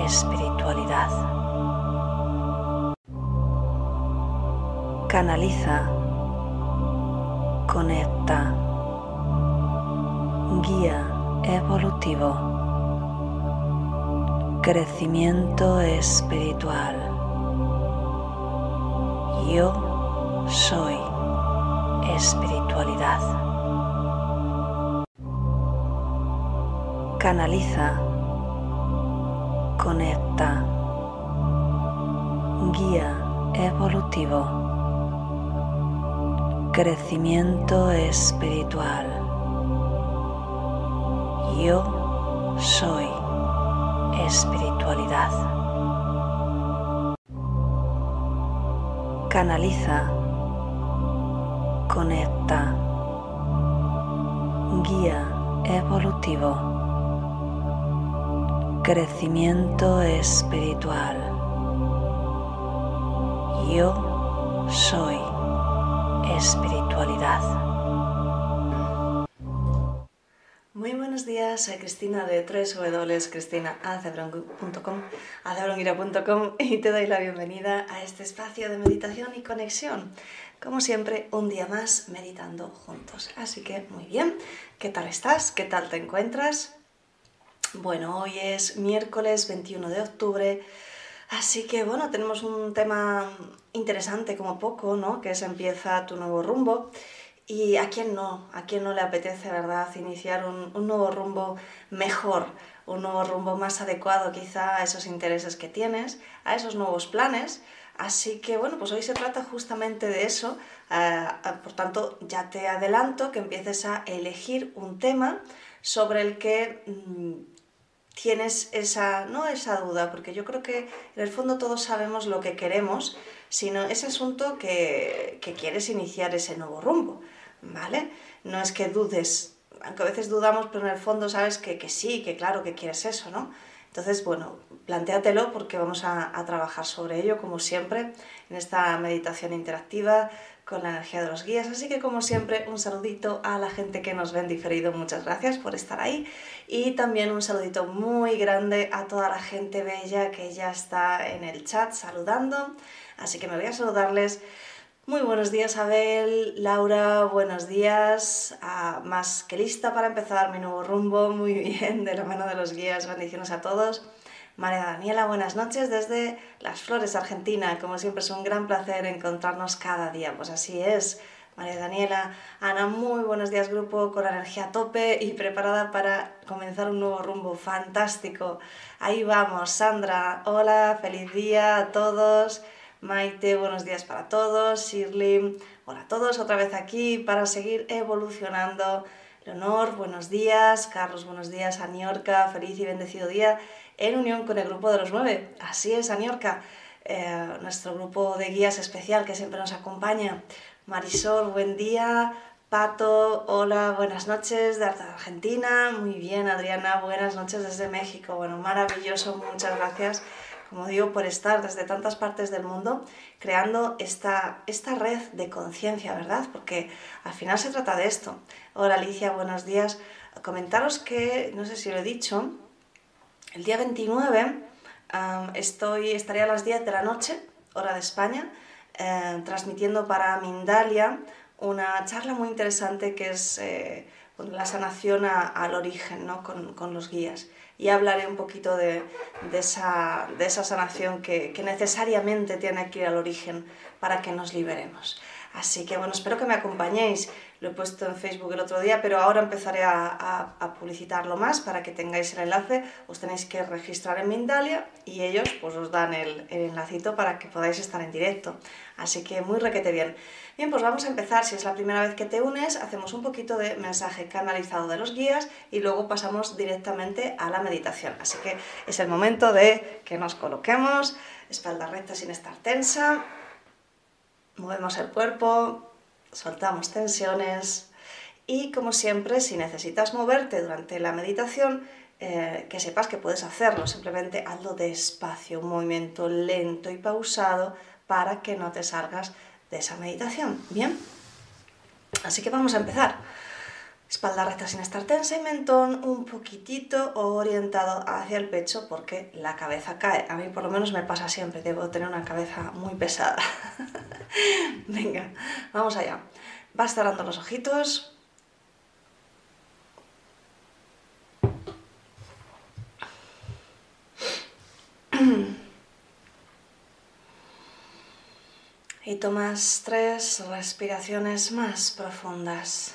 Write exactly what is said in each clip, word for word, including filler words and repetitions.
espiritualidad. Canaliza, conecta, guía evolutivo, crecimiento espiritual. Yo soy espiritualidad. Canaliza, conecta, guía evolutivo, crecimiento espiritual. Yo soy espiritualidad. Canaliza, conecta, guía evolutivo, crecimiento espiritual. Yo soy espiritualidad. Muy buenos días, soy Cristina de doble u doble u doble u punto cristina acebrón punto com, acebronguira punto com, y te doy la bienvenida a este espacio de meditación y conexión. Como siempre, un día más meditando juntos. Así que muy bien, ¿qué tal estás? ¿Qué tal te encuentras? Bueno, hoy es miércoles veintiuno de octubre, así que bueno, tenemos un tema interesante como poco, ¿no? Que es Empieza tu nuevo rumbo. Y a quién no, a quién no le apetece, ¿verdad?, iniciar un, un nuevo rumbo mejor, un nuevo rumbo más adecuado quizá a esos intereses que tienes, a esos nuevos planes. Así que bueno, pues hoy se trata justamente de eso. Uh, por tanto, ya te adelanto que empieces a elegir un tema sobre el que mmm, tienes esa, no esa duda, porque yo creo que en el fondo todos sabemos lo que queremos, sino ese asunto que, que quieres iniciar ese nuevo rumbo, ¿vale? No es que dudes, aunque a veces dudamos, pero en el fondo sabes que, que sí, que claro que quieres eso, ¿no? Entonces, bueno, plantéatelo porque vamos a, a trabajar sobre ello, como siempre, en esta meditación interactiva con la energía de los guías. Así que, como siempre, un saludito a la gente que nos ve en diferido. Muchas gracias por estar ahí. Y también un saludito muy grande a toda la gente bella que ya está en el chat saludando. Así que me voy a saludarles. Muy buenos días, Abel, Laura, buenos días. Ah, más que lista para empezar mi nuevo rumbo. Muy bien, de la mano de los guías. Bendiciones a todos. María Daniela, buenas noches desde Las Flores, Argentina. Como siempre es un gran placer encontrarnos cada día. Pues así es, María Daniela. Ana, muy buenos días, grupo, con la energía a tope y preparada para comenzar un nuevo rumbo fantástico. Ahí vamos. Sandra, hola, feliz día a todos. Maite, buenos días para todos. Shirley, hola a todos, otra vez aquí para seguir evolucionando. Leonor, buenos días. Carlos, buenos días. Aniorca, feliz y bendecido día en unión con el grupo de los nueve. Así es, Aniorca, eh, nuestro grupo de guías especial que siempre nos acompaña. Marisol, buen día. Pato, hola, buenas noches de Argentina. Muy bien, Adriana, buenas noches desde México. Bueno, maravilloso, muchas gracias, como digo, por estar desde tantas partes del mundo creando esta, esta red de conciencia, ¿verdad? Porque al final se trata de esto. Hola, Alicia, buenos días. Comentaros que, no sé si lo he dicho, el día veintinueve um, estoy, estaré a las diez de la noche, hora de España, eh, transmitiendo para Mindalia una charla muy interesante que es eh, la sanación a, al origen, ¿no? con, con los guías. Y hablaré un poquito de, de, esa, de esa sanación que, que necesariamente tiene que ir al origen para que nos liberemos. Así que bueno, espero que me acompañéis. Lo he puesto en Facebook el otro día, pero ahora empezaré a, a, a publicitarlo más para que tengáis el enlace. Os tenéis que registrar en Mindalia y ellos pues os dan el, el enlacito para que podáis estar en directo. Así que muy requete bien. Bien, pues vamos a empezar. Si es la primera vez que te unes, hacemos un poquito de mensaje canalizado de los guías y luego pasamos directamente a la meditación. Así que es el momento de que nos coloquemos, espalda recta sin estar tensa. Movemos el cuerpo, soltamos tensiones y, como siempre, si necesitas moverte durante la meditación, eh, que sepas que puedes hacerlo. Simplemente hazlo despacio, un movimiento lento y pausado para que no te salgas de esa meditación. ¿Bien? Así que vamos a empezar. Espalda recta sin estar tensa y mentón un poquitito orientado hacia el pecho porque la cabeza cae. A mí por lo menos me pasa siempre, debo tener una cabeza muy pesada. Venga, vamos allá. Vas cerrando los ojitos. Y tomas tres respiraciones más profundas.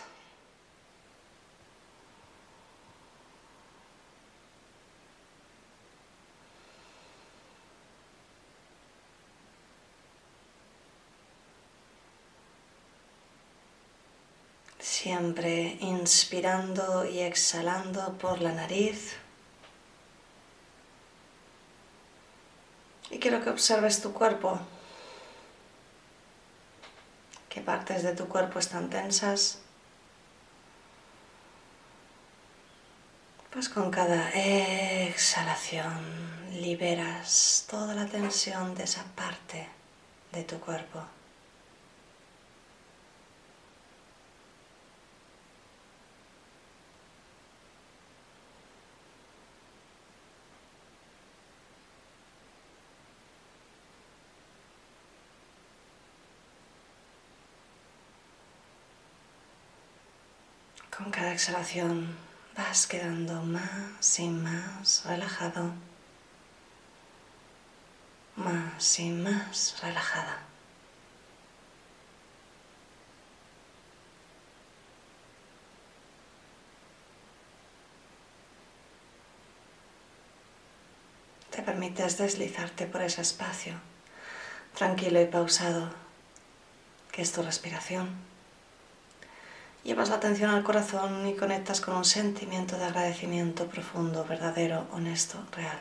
Siempre inspirando y exhalando por la nariz. Y quiero que observes tu cuerpo. ¿Qué partes de tu cuerpo están tensas? Pues con cada exhalación liberas toda la tensión de esa parte de tu cuerpo. Con cada exhalación vas quedando más y más relajado, más y más relajada. Te permites deslizarte por ese espacio, tranquilo y pausado, que es tu respiración. Llevas la atención al corazón y conectas con un sentimiento de agradecimiento profundo, verdadero, honesto, real.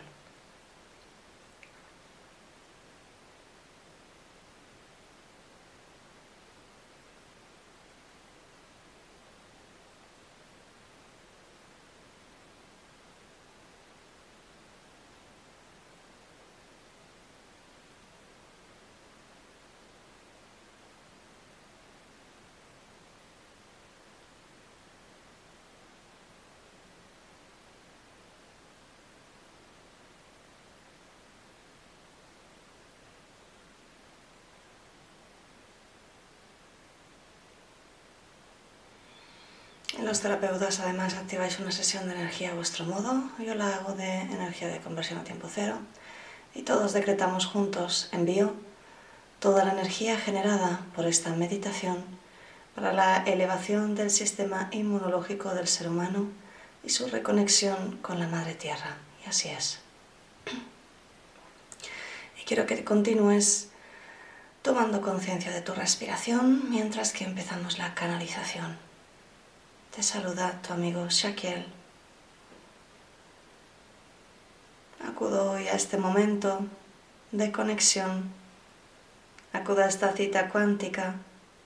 Los terapeutas además activáis una sesión de energía a vuestro modo. Yo la hago de energía de conversión a tiempo cero. Y todos decretamos juntos, envío toda la energía generada por esta meditación para la elevación del sistema inmunológico del ser humano y su reconexión con la Madre Tierra. Y así es. Y quiero que continúes tomando conciencia de tu respiración mientras que empezamos la canalización. Te saluda tu amigo Shaquiel. Acudo hoy a este momento de conexión. Acudo a esta cita cuántica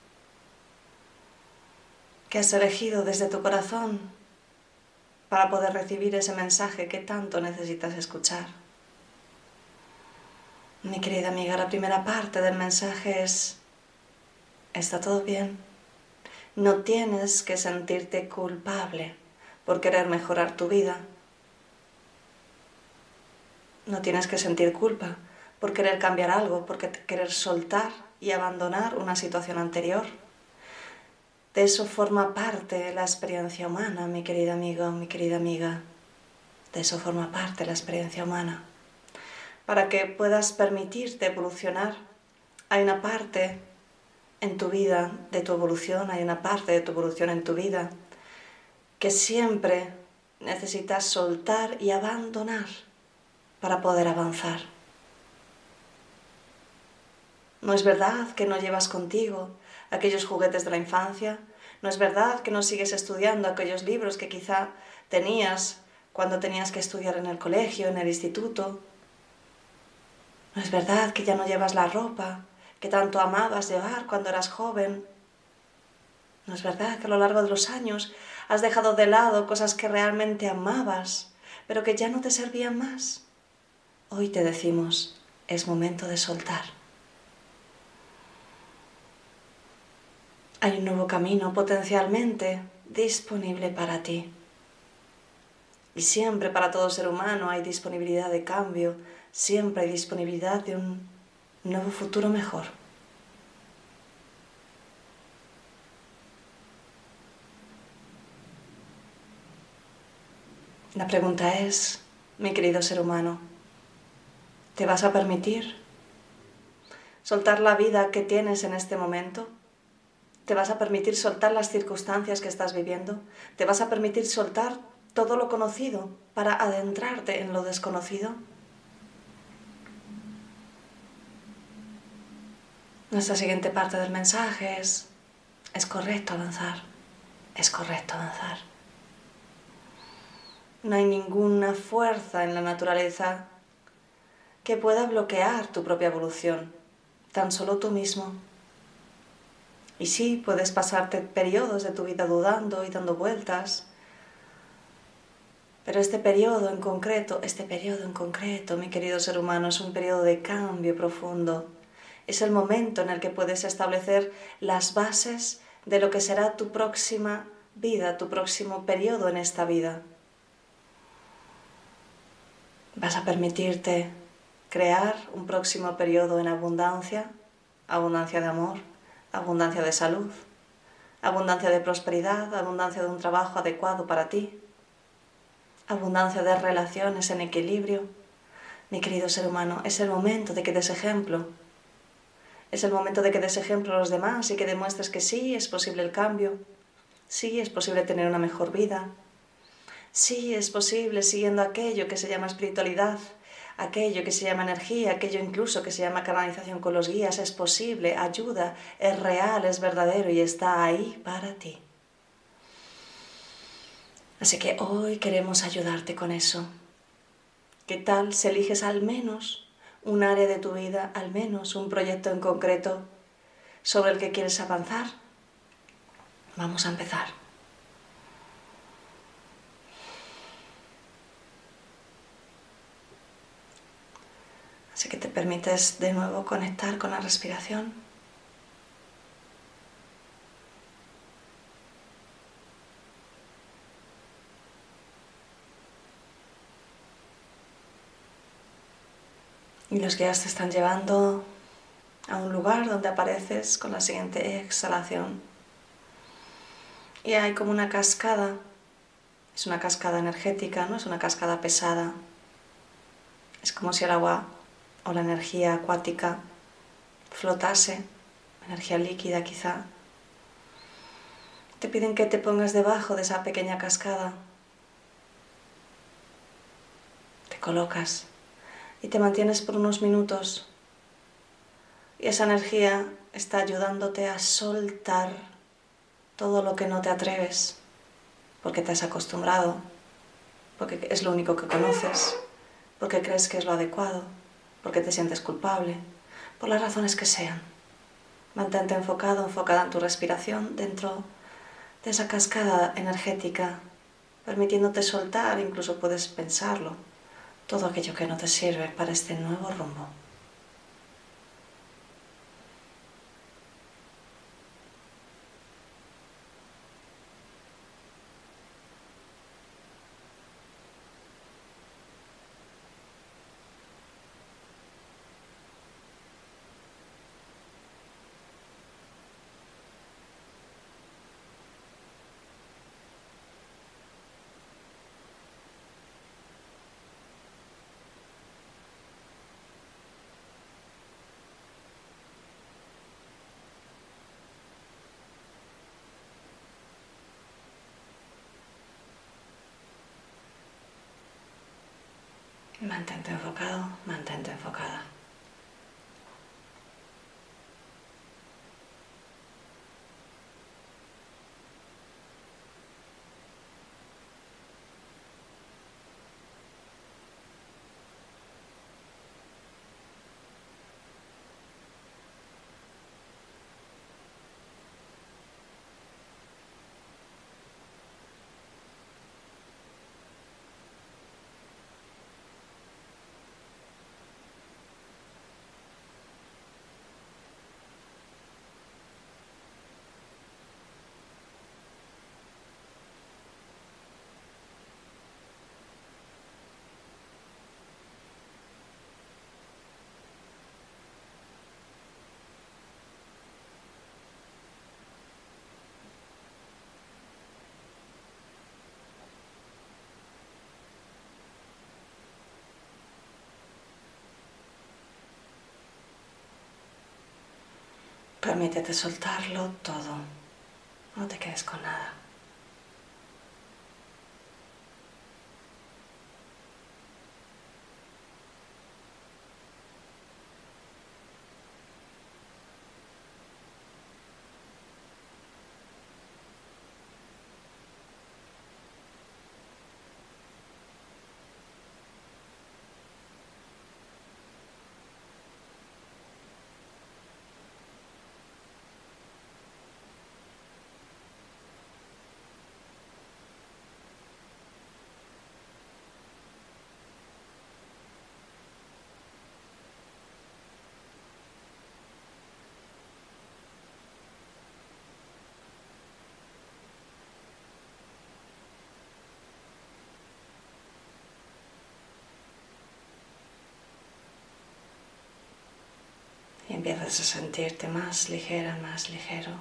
que has elegido desde tu corazón para poder recibir ese mensaje que tanto necesitas escuchar. Mi querida amiga, la primera parte del mensaje es: ¿está todo bien? No tienes que sentirte culpable por querer mejorar tu vida. No tienes que sentir culpa por querer cambiar algo, por querer soltar y abandonar una situación anterior. De eso forma parte la experiencia humana, mi querida amiga, mi querida amiga. De eso forma parte la experiencia humana. Para que puedas permitirte evolucionar, hay una parte en tu vida, de tu evolución, hay una parte de tu evolución en tu vida que siempre necesitas soltar y abandonar para poder avanzar. No es verdad que no llevas contigo aquellos juguetes de la infancia, no es verdad que no sigues estudiando aquellos libros que quizá tenías cuando tenías que estudiar en el colegio, en el instituto. No es verdad que ya no llevas la ropa que tanto amabas llevar cuando eras joven. No es verdad que a lo largo de los años has dejado de lado cosas que realmente amabas, pero que ya no te servían más. Hoy te decimos, es momento de soltar. Hay un nuevo camino potencialmente disponible para ti. Y siempre para todo ser humano hay disponibilidad de cambio, siempre hay disponibilidad de un nuevo futuro mejor. La pregunta es, mi querido ser humano, ¿te vas a permitir soltar la vida que tienes en este momento? ¿Te vas a permitir soltar las circunstancias que estás viviendo? ¿Te vas a permitir soltar todo lo conocido para adentrarte en lo desconocido? Nuestra siguiente parte del mensaje es, es correcto avanzar, es correcto avanzar. No hay ninguna fuerza en la naturaleza que pueda bloquear tu propia evolución, tan solo tú mismo. Y sí, puedes pasarte periodos de tu vida dudando y dando vueltas, pero este periodo en concreto, este periodo en concreto, mi querido ser humano, es un periodo de cambio profundo. Es el momento en el que puedes establecer las bases de lo que será tu próxima vida, tu próximo periodo en esta vida. Vas a permitirte crear un próximo periodo en abundancia, abundancia de amor, abundancia de salud, abundancia de prosperidad, abundancia de un trabajo adecuado para ti, abundancia de relaciones en equilibrio. Mi querido ser humano, es el momento de que des ejemplo. Es el momento de que des ejemplo a los demás y que demuestres que sí es posible el cambio, sí es posible tener una mejor vida, sí es posible siguiendo aquello que se llama espiritualidad, aquello que se llama energía, aquello incluso que se llama canalización con los guías, es posible, ayuda, es real, es verdadero y está ahí para ti. Así que hoy queremos ayudarte con eso. ¿Qué tal si eliges al menos un área de tu vida, al menos un proyecto en concreto sobre el que quieres avanzar? Vamos a empezar. Así que te permites de nuevo conectar con la respiración. Y los guías te están llevando a un lugar donde apareces con la siguiente exhalación. Y hay como una cascada. Es una cascada energética, no es una cascada pesada. Es como si el agua o la energía acuática flotase, energía líquida quizá. Te piden que te pongas debajo de esa pequeña cascada. Te colocas y te mantienes por unos minutos. Y esa energía está ayudándote a soltar todo lo que no te atreves, porque te has acostumbrado, porque es lo único que conoces, porque crees que es lo adecuado, porque te sientes culpable, por las razones que sean. Mantente enfocado, enfocada en tu respiración dentro de esa cascada energética, permitiéndote soltar, incluso puedes pensarlo, todo aquello que no te sirve para este nuevo rumbo. Mantente enfocado, mantente enfocada. Permítete soltarlo todo. No te quedes con nada. Y empiezas a sentirte más ligera, más ligero.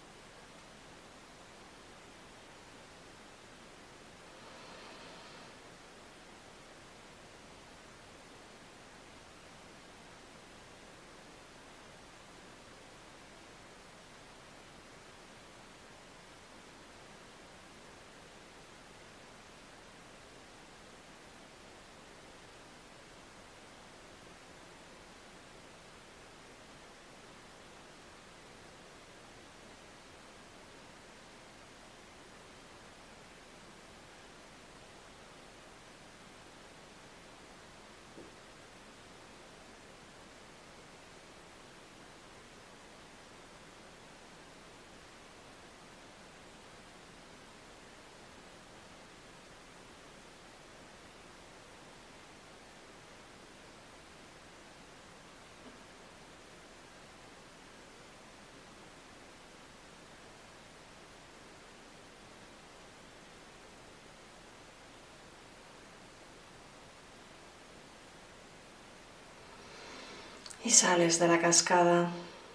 Y sales de la cascada.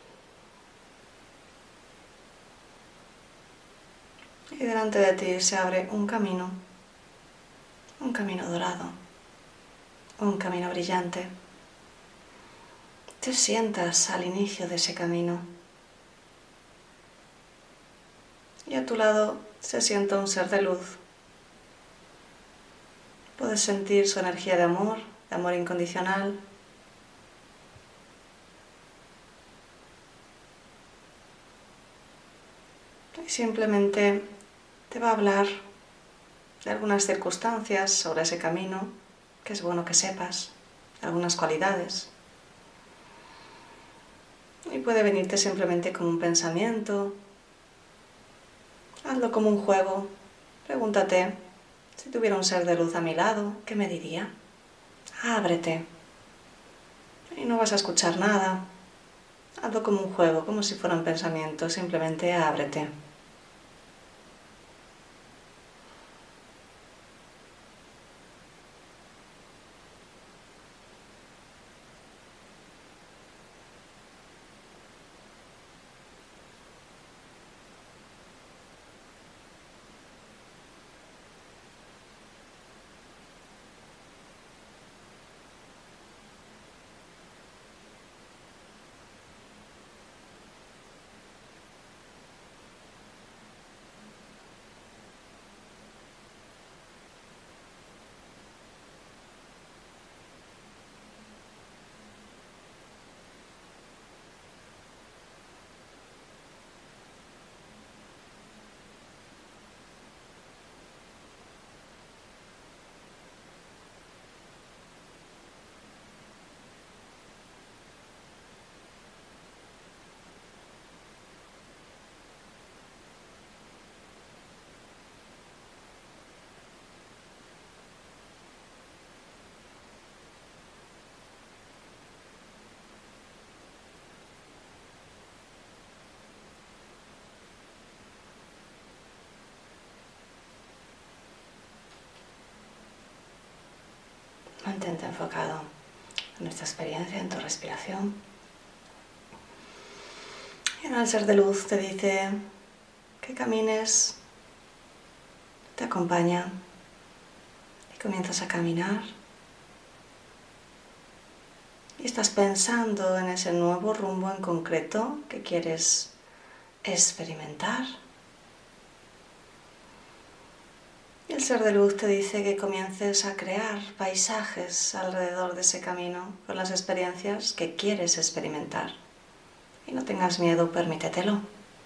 Y delante de ti se abre un camino, un camino dorado, un camino brillante. Te sientas al inicio de ese camino. Y a tu lado se sienta un ser de luz. Puedes sentir su energía de amor, de amor incondicional. Y simplemente te va a hablar de algunas circunstancias sobre ese camino, que es bueno que sepas, algunas cualidades. Y puede venirte simplemente como un pensamiento. Hazlo como un juego. Pregúntate, si tuviera un ser de luz a mi lado, ¿qué me diría? Ábrete. Y no vas a escuchar nada. Hazlo como un juego, como si fuera un pensamiento. Simplemente ábrete. Mantente enfocado en esta experiencia, en tu respiración. Y ahora el ser de luz te dice que camines, te acompaña y comienzas a caminar. Y estás pensando en ese nuevo rumbo en concreto que quieres experimentar. Y el ser de luz te dice que comiences a crear paisajes alrededor de ese camino con las experiencias que quieres experimentar. Y no tengas miedo, permítetelo.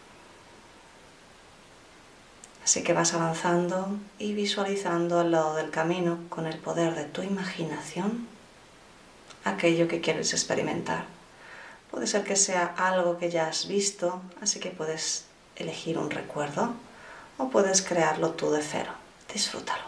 Así que vas avanzando y visualizando al lado del camino con el poder de tu imaginación aquello que quieres experimentar. Puede ser que sea algo que ya has visto, así que puedes elegir un recuerdo o puedes crearlo tú de cero. Disfrútalo.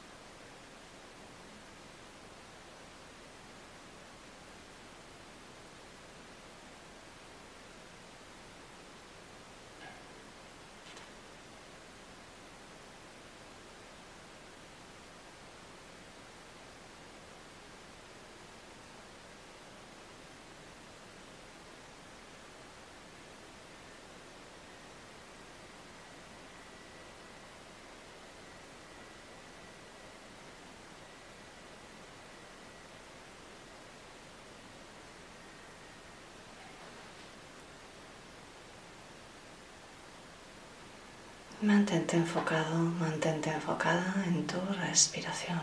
Mantente enfocado, mantente enfocada en tu respiración.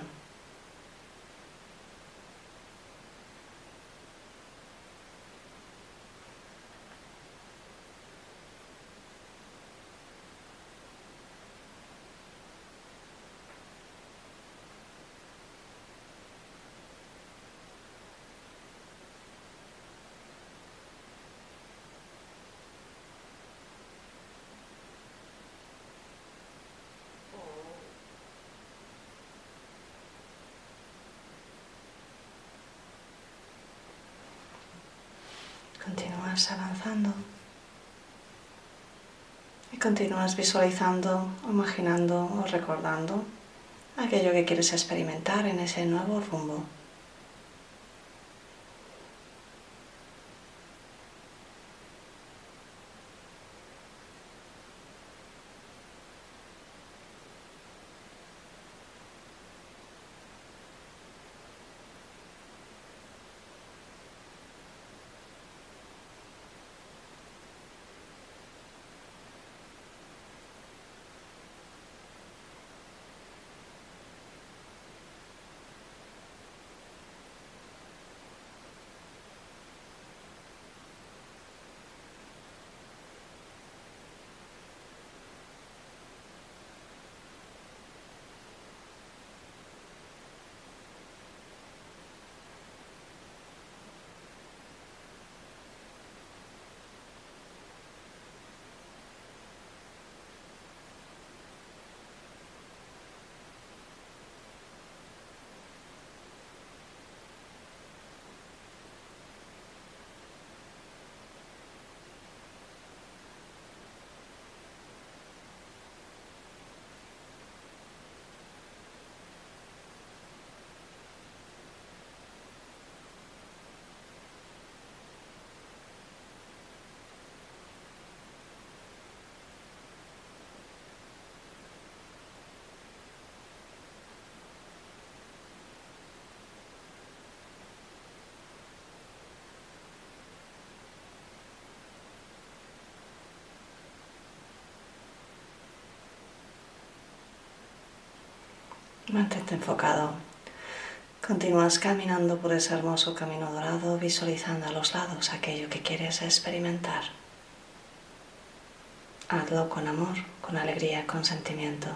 Continúas avanzando y continúas visualizando, imaginando o recordando aquello que quieres experimentar en ese nuevo rumbo. Mantente enfocado. Continúas caminando por ese hermoso camino dorado, visualizando a los lados aquello que quieres experimentar. Hazlo con amor, con alegría, con sentimiento.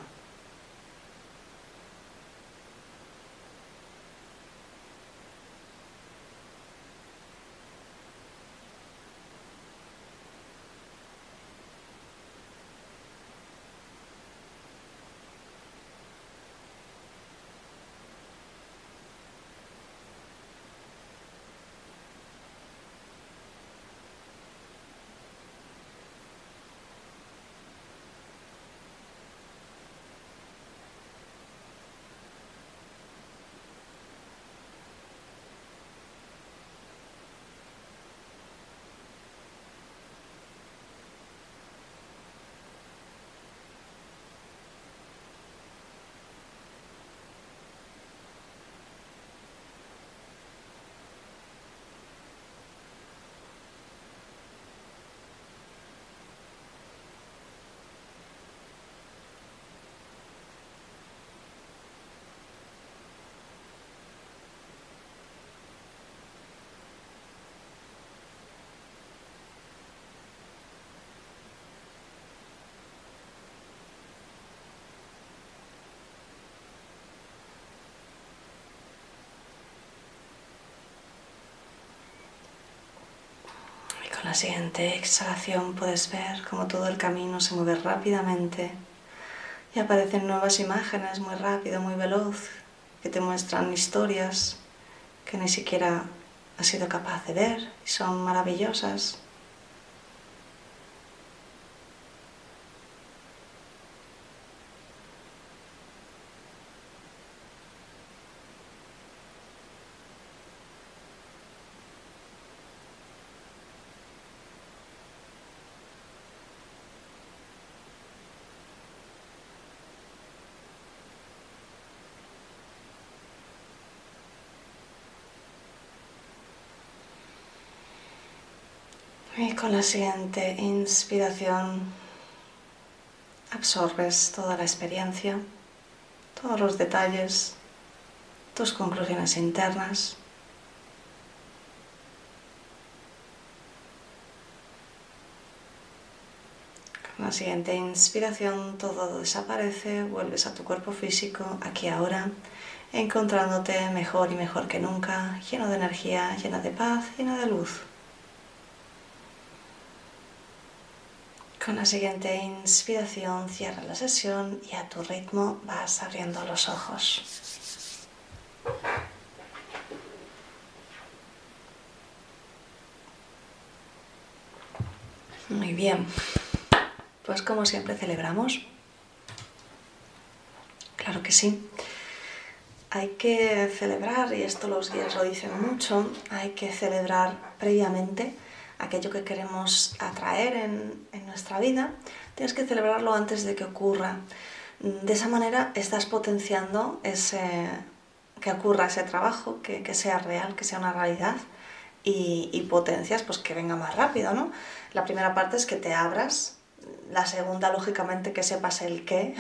Con la siguiente exhalación puedes ver cómo todo el camino se mueve rápidamente y aparecen nuevas imágenes muy rápido, muy veloz, que te muestran historias que ni siquiera has sido capaz de ver y son maravillosas. Y con la siguiente inspiración absorbes toda la experiencia, todos los detalles, tus conclusiones internas. Con la siguiente inspiración todo desaparece, vuelves a tu cuerpo físico, aquí ahora, encontrándote mejor y mejor que nunca, lleno de energía, llena de paz, llena de luz. Con la siguiente inspiración cierra la sesión y a tu ritmo vas abriendo los ojos. Muy bien, pues como siempre celebramos. Claro que sí. Hay que celebrar, y esto los guías lo dicen mucho, hay que celebrar previamente aquello que queremos atraer en, en nuestra vida. Tienes que celebrarlo antes de que ocurra. De esa manera estás potenciando ese, que ocurra ese trabajo, que, que sea real, que sea una realidad, y, y potencias pues, que venga más rápido, ¿no? La primera parte es que te abras, la segunda, lógicamente, que sepas el qué,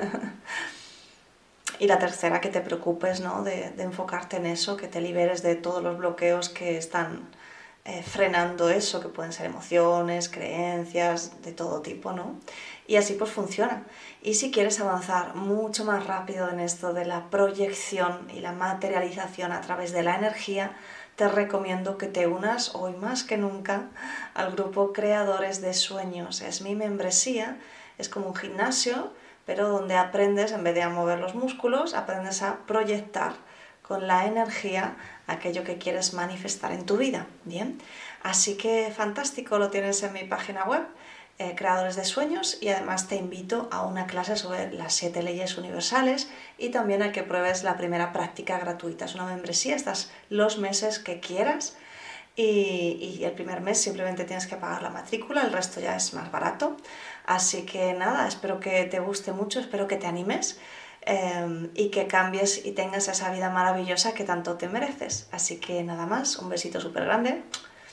y la tercera, que te preocupes, ¿no? de, de enfocarte en eso, que te liberes de todos los bloqueos que están Eh, frenando eso, que pueden ser emociones, creencias, de todo tipo, ¿no? Y así pues funciona. Y si quieres avanzar mucho más rápido en esto de la proyección y la materialización a través de la energía, te recomiendo que te unas hoy más que nunca al grupo Creadores de Sueños. Es mi membresía, es como un gimnasio, pero donde aprendes, en vez de a mover los músculos, aprendes a proyectar con la energía aquello que quieres manifestar en tu vida, ¿bien? Así que fantástico, lo tienes en mi página web, eh, Creadores de Sueños, y además te invito a una clase sobre las siete leyes universales y también a que pruebes la primera práctica gratuita. Es una membresía, estás los meses que quieras y, y el primer mes simplemente tienes que pagar la matrícula, el resto ya es más barato. Así que nada, espero que te guste mucho, espero que te animes. Eh, y que cambies y tengas esa vida maravillosa que tanto te mereces. Así que nada más, un besito súper grande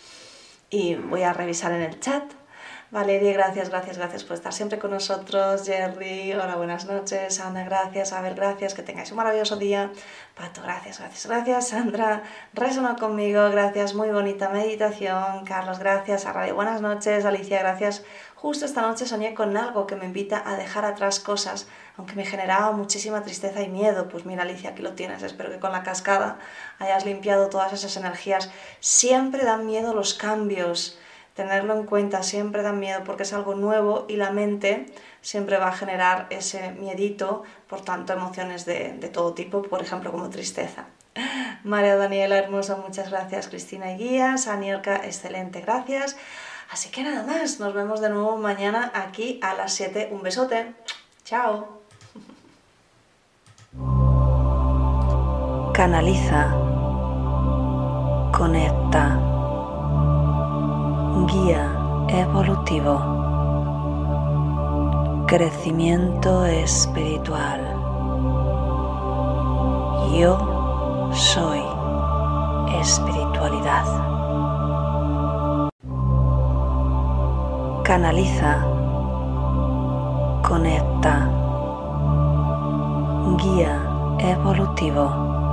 y voy a revisar en el chat. Valeria, gracias, gracias, gracias por estar siempre con nosotros. Jerry, hola, buenas noches. Ana, gracias. Abel, gracias. Que tengáis un maravilloso día. Pato, gracias, gracias, gracias. Sandra, resonó conmigo, gracias. Muy bonita meditación. Carlos, gracias. A Radio, buenas noches. Alicia, gracias. Justo esta noche soñé con algo que me invita a dejar atrás cosas, aunque me generaba muchísima tristeza y miedo. Pues mira, Alicia, aquí lo tienes. Espero que con la cascada hayas limpiado todas esas energías. Siempre dan miedo los cambios. Tenerlo en cuenta, siempre da miedo porque es algo nuevo y la mente siempre va a generar ese miedito, por tanto emociones de, de todo tipo, por ejemplo como tristeza. María Daniela, hermosa, muchas gracias. Cristina y Guías, Anielka, excelente, gracias. Así que nada más, nos vemos de nuevo mañana aquí a las siete. Un besote, chao. Canaliza, conecta, guía evolutivo, crecimiento espiritual. Yo soy espiritualidad. Canaliza, conecta, guía evolutivo,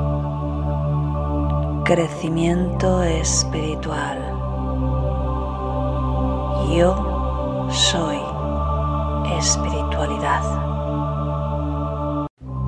crecimiento espiritual. Yo soy espiritualidad.